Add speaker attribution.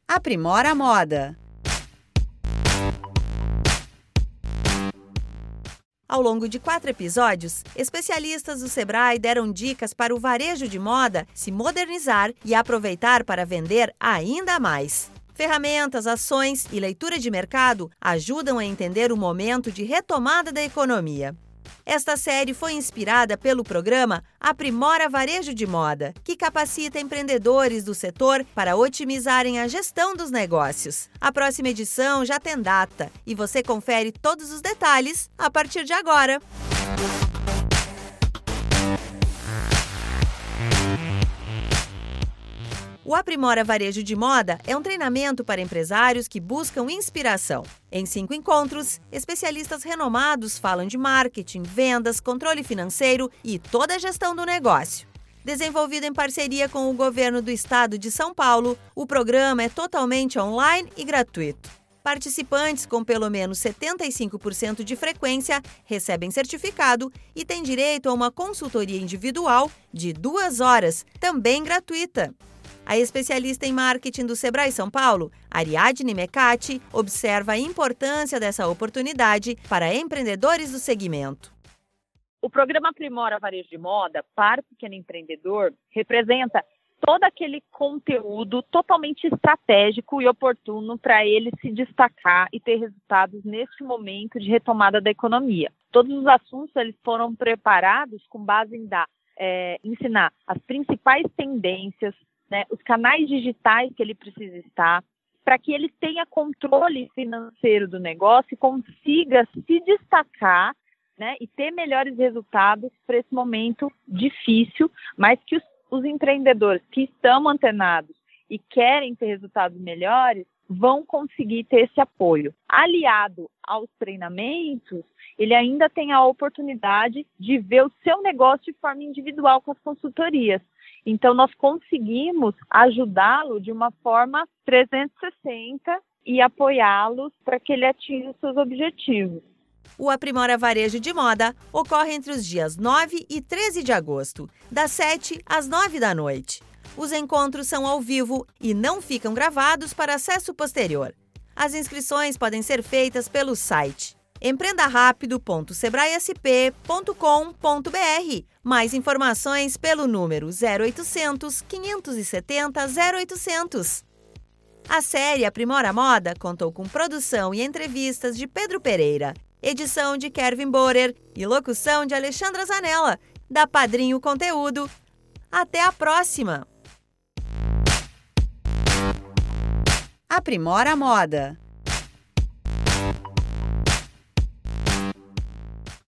Speaker 1: Aprimora a moda. Ao longo de 4 episódios, especialistas do Sebrae deram dicas para o varejo de moda se modernizar e aproveitar para vender ainda mais. Ferramentas, ações e leitura de mercado ajudam a entender o momento de retomada da economia. Esta série foi inspirada pelo programa Aprimora Varejo de Moda, que capacita empreendedores do setor para otimizarem a gestão dos negócios. A próxima edição já tem data e você confere todos os detalhes a partir de agora. O Aprimora Varejo de Moda é um treinamento para empresários que buscam inspiração. Em 5 encontros, especialistas renomados falam de marketing, vendas, controle financeiro e toda a gestão do negócio. Desenvolvido em parceria com o governo do estado de São Paulo, o programa é totalmente online e gratuito. Participantes com pelo menos 75% de frequência recebem certificado e têm direito a uma consultoria individual de 2 horas, também gratuita. A especialista em marketing do Sebrae São Paulo, Ariadne Mecati, observa a importância dessa oportunidade para empreendedores do segmento.
Speaker 2: O programa Aprimora Varejo de Moda para o pequeno empreendedor representa todo aquele conteúdo totalmente estratégico e oportuno para ele se destacar e ter resultados neste momento de retomada da economia. Todos os assuntos eles foram preparados com base em ensinar as principais tendências, os canais digitais que ele precisa estar, para que ele tenha controle financeiro do negócio e consiga se destacar, e ter melhores resultados para esse momento difícil, mas que os empreendedores que estão antenados e querem ter resultados melhores vão conseguir ter esse apoio. Aliado aos treinamentos, ele ainda tem a oportunidade de ver o seu negócio de forma individual com as consultorias. Então, nós conseguimos ajudá-lo de uma forma 360 e apoiá-lo para que ele atinja os seus objetivos.
Speaker 1: O Aprimora Varejo de Moda ocorre entre os dias 9 e 13 de agosto, das 7 às 9 da noite. Os encontros são ao vivo e não ficam gravados para acesso posterior. As inscrições podem ser feitas pelo site empreendarapido.sebraesp.com.br. Mais informações pelo número 0800 570 0800. A série Aprimora Moda contou com produção e entrevistas de Pedro Pereira, edição de Kevin Borer e locução de Alexandra Zanella, da Padrinho Conteúdo. Até a próxima! Aprimora Moda.